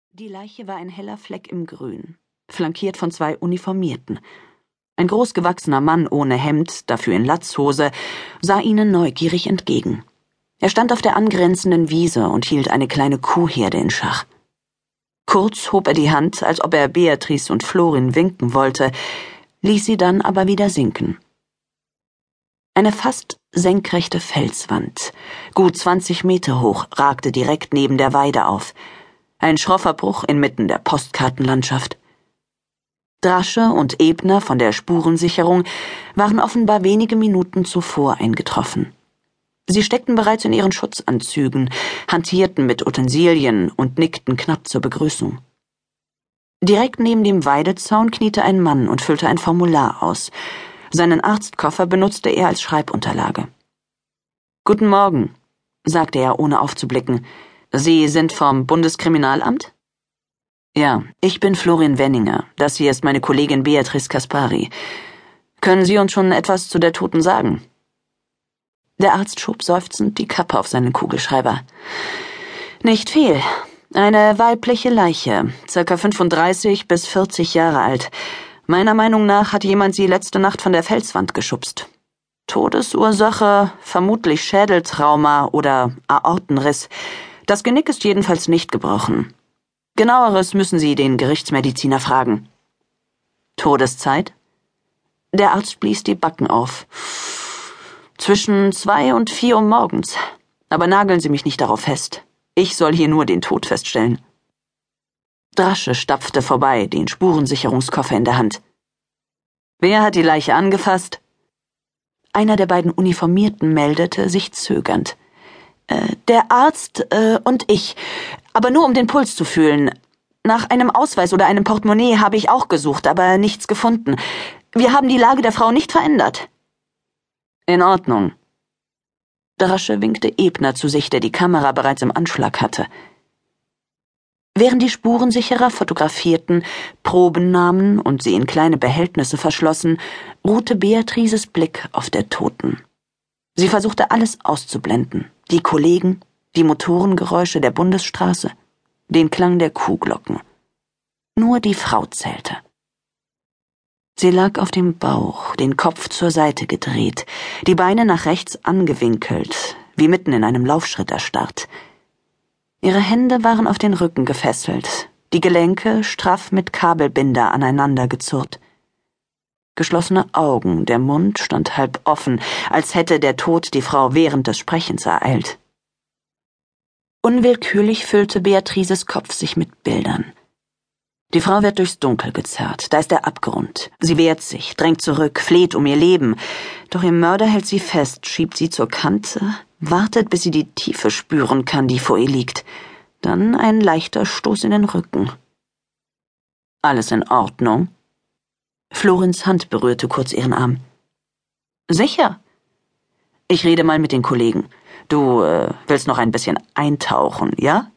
Die Leiche war ein heller Fleck im Grün, flankiert von 2 Uniformierten. Ein großgewachsener Mann ohne Hemd, dafür in Latzhose, sah ihnen neugierig entgegen. Er stand auf der angrenzenden Wiese und hielt eine kleine Kuhherde in Schach. Kurz hob er die Hand, als ob er Beatrice und Florin winken wollte, ließ sie dann aber wieder sinken. Eine fast senkrechte Felswand, gut 20 Meter hoch, ragte direkt neben der Weide auf. Ein schroffer Bruch inmitten der Postkartenlandschaft. Drasche und Ebner von der Spurensicherung waren offenbar wenige Minuten zuvor eingetroffen. Sie steckten bereits in ihren Schutzanzügen, hantierten mit Utensilien und nickten knapp zur Begrüßung. Direkt neben dem Weidezaun kniete ein Mann und füllte ein Formular aus. Seinen Arztkoffer benutzte er als Schreibunterlage. »Guten Morgen«, sagte er, ohne aufzublicken. »Sie sind vom Bundeskriminalamt?« »Ja, ich bin Florin Wenninger. Das hier ist meine Kollegin Beatrice Kaspari. Können Sie uns schon etwas zu der Toten sagen?« Der Arzt schob seufzend die Kappe auf seinen Kugelschreiber. »Nicht viel. Eine weibliche Leiche, ca. 35 bis 40 Jahre alt. Meiner Meinung nach hat jemand sie letzte Nacht von der Felswand geschubst. Todesursache vermutlich Schädeltrauma oder Aortenriss. Das Genick ist jedenfalls nicht gebrochen. Genaueres müssen Sie den Gerichtsmediziner fragen.« »Todeszeit?« Der Arzt blies die Backen auf. »Zwischen 2 und 4 Uhr morgens. Aber nageln Sie mich nicht darauf fest. Ich soll hier nur den Tod feststellen.« Drasche stapfte vorbei, den Spurensicherungskoffer in der Hand. »Wer hat die Leiche angefasst?« Einer der beiden Uniformierten meldete, sich zögernd. »Der Arzt und ich, aber nur um den Puls zu fühlen. Nach einem Ausweis oder einem Portemonnaie habe ich auch gesucht, aber nichts gefunden. Wir haben die Lage der Frau nicht verändert.« »In Ordnung.« Drasche winkte Ebner zu sich, der die Kamera bereits im Anschlag hatte. Während die Spurensicherer fotografierten, Proben nahmen und sie in kleine Behältnisse verschlossen, ruhte Beatrices Blick auf der Toten. Sie versuchte alles auszublenden: die Kollegen, die Motorengeräusche der Bundesstraße, den Klang der Kuhglocken. Nur die Frau zählte. Sie lag auf dem Bauch, den Kopf zur Seite gedreht, die Beine nach rechts angewinkelt, wie mitten in einem Laufschritt erstarrt. Ihre Hände waren auf den Rücken gefesselt, die Gelenke straff mit Kabelbinder aneinander gezurrt. Geschlossene Augen, der Mund stand halb offen, als hätte der Tod die Frau während des Sprechens ereilt. Unwillkürlich füllte Beatrices Kopf sich mit Bildern. Die Frau wird durchs Dunkel gezerrt, da ist der Abgrund. Sie wehrt sich, drängt zurück, fleht um ihr Leben. Doch ihr Mörder hält sie fest, schiebt sie zur Kante, wartet, bis sie die Tiefe spüren kann, die vor ihr liegt. Dann ein leichter Stoß in den Rücken. »Alles in Ordnung?« Florins Hand berührte kurz ihren Arm. »Sicher.« »Ich rede mal mit den Kollegen. Du willst noch ein bisschen eintauchen, ja?«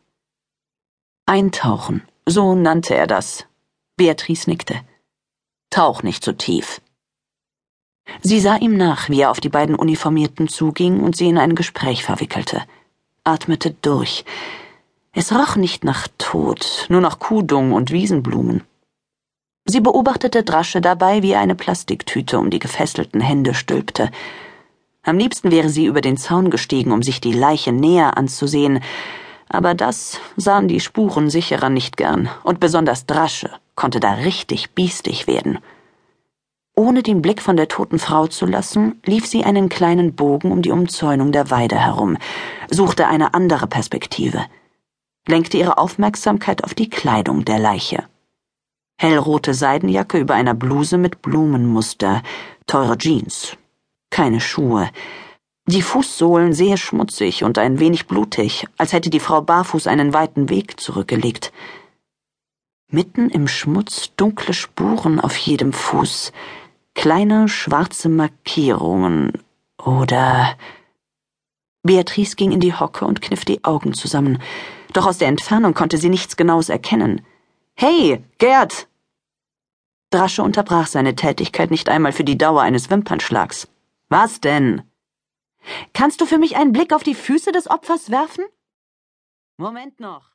Eintauchen, so nannte er das. Beatrice nickte. »Tauch nicht so tief.« Sie sah ihm nach, wie er auf die beiden Uniformierten zuging und sie in ein Gespräch verwickelte. Atmete durch. Es roch nicht nach Tod, nur nach Kuhdung und Wiesenblumen. Sie beobachtete Drasche dabei, wie er eine Plastiktüte um die gefesselten Hände stülpte. Am liebsten wäre sie über den Zaun gestiegen, um sich die Leiche näher anzusehen, aber das sahen die Spurensicherer nicht gern, und besonders Drasche konnte da richtig biestig werden. Ohne den Blick von der toten Frau zu lassen, lief sie einen kleinen Bogen um die Umzäunung der Weide herum, suchte eine andere Perspektive, lenkte ihre Aufmerksamkeit auf die Kleidung der Leiche. Hellrote Seidenjacke über einer Bluse mit Blumenmuster, teure Jeans, keine Schuhe. Die Fußsohlen sehr schmutzig und ein wenig blutig, als hätte die Frau barfuß einen weiten Weg zurückgelegt. Mitten im Schmutz dunkle Spuren auf jedem Fuß, kleine schwarze Markierungen oder... Beatrice ging in die Hocke und kniff die Augen zusammen, doch aus der Entfernung konnte sie nichts Genaues erkennen. »Hey, Gerd!« Drasche unterbrach seine Tätigkeit nicht einmal für die Dauer eines Wimpernschlags. »Was denn?« »Kannst du für mich einen Blick auf die Füße des Opfers werfen?« »Moment noch.«